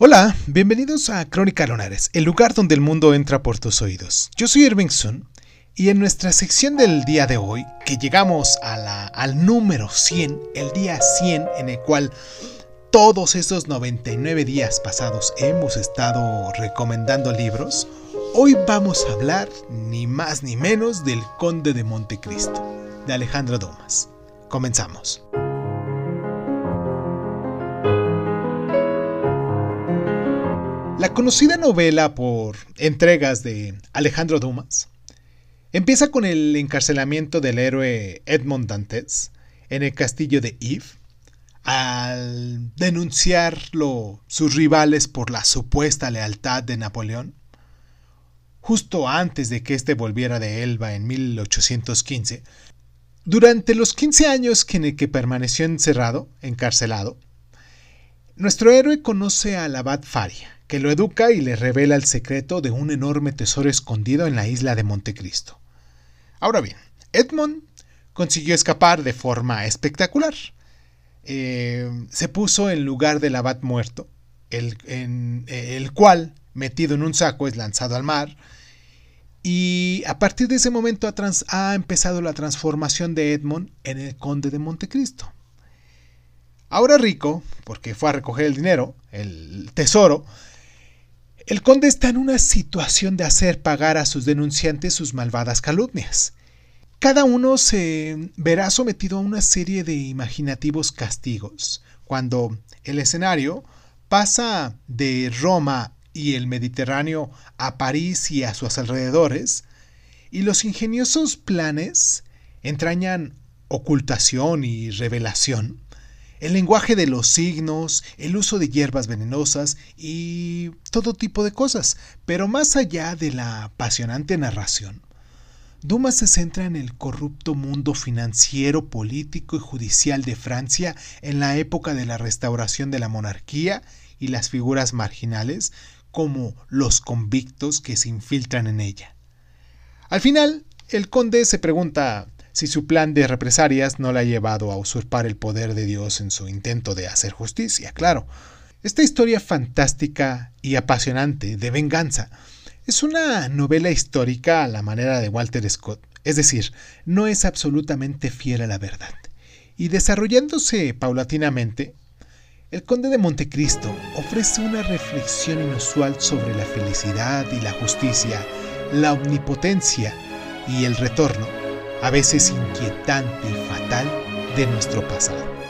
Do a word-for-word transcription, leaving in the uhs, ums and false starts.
Hola, bienvenidos a Crónica Lunares, el lugar donde el mundo entra por tus oídos. Yo soy Irving Sun y en nuestra sección del día de hoy, que llegamos a la, al número cien, el día cien en el cual todos esos noventa y nueve días pasados hemos estado recomendando libros, hoy vamos a hablar ni más ni menos del Conde de Montecristo, de Alejandro Dumas. Comenzamos. La conocida novela por entregas de Alejandro Dumas empieza con el encarcelamiento del héroe Edmond Dantes en el castillo de If, al denunciarlo sus rivales por la supuesta lealtad de Napoleón, justo antes de que éste volviera de Elba en mil ochocientos quince. Durante los quince años en el que permaneció encerrado, encarcelado, nuestro héroe conoce al abad Faria, que lo educa y le revela el secreto de un enorme tesoro escondido en la isla de Montecristo. Ahora bien, Edmond consiguió escapar de forma espectacular. Eh, se puso en lugar del abad muerto, el, en, el cual, metido en un saco, es lanzado al mar, y a partir de ese momento ha, trans, ha empezado la transformación de Edmond en el Conde de Montecristo. Ahora rico, porque fue a recoger el dinero, el tesoro, el conde está en una situación de hacer pagar a sus denunciantes sus malvadas calumnias. Cada uno se verá sometido a una serie de imaginativos castigos, cuando el escenario pasa de Roma y el Mediterráneo a París y a sus alrededores, y los ingeniosos planes entrañan ocultación y revelación, el lenguaje de los signos, el uso de hierbas venenosas y todo tipo de cosas. Pero más allá de la apasionante narración, Dumas se centra en el corrupto mundo financiero, político y judicial de Francia en la época de la restauración de la monarquía y las figuras marginales como los convictos que se infiltran en ella. Al final, el conde se pregunta si su plan de represalias no le ha llevado a usurpar el poder de Dios en su intento de hacer justicia. Claro, esta historia fantástica y apasionante de venganza es una novela histórica a la manera de Walter Scott, es decir, no es absolutamente fiel a la verdad. Y desarrollándose paulatinamente, el Conde de Montecristo ofrece una reflexión inusual sobre la felicidad y la justicia, la omnipotencia y el retorno, a veces inquietante y fatal, de nuestro pasado.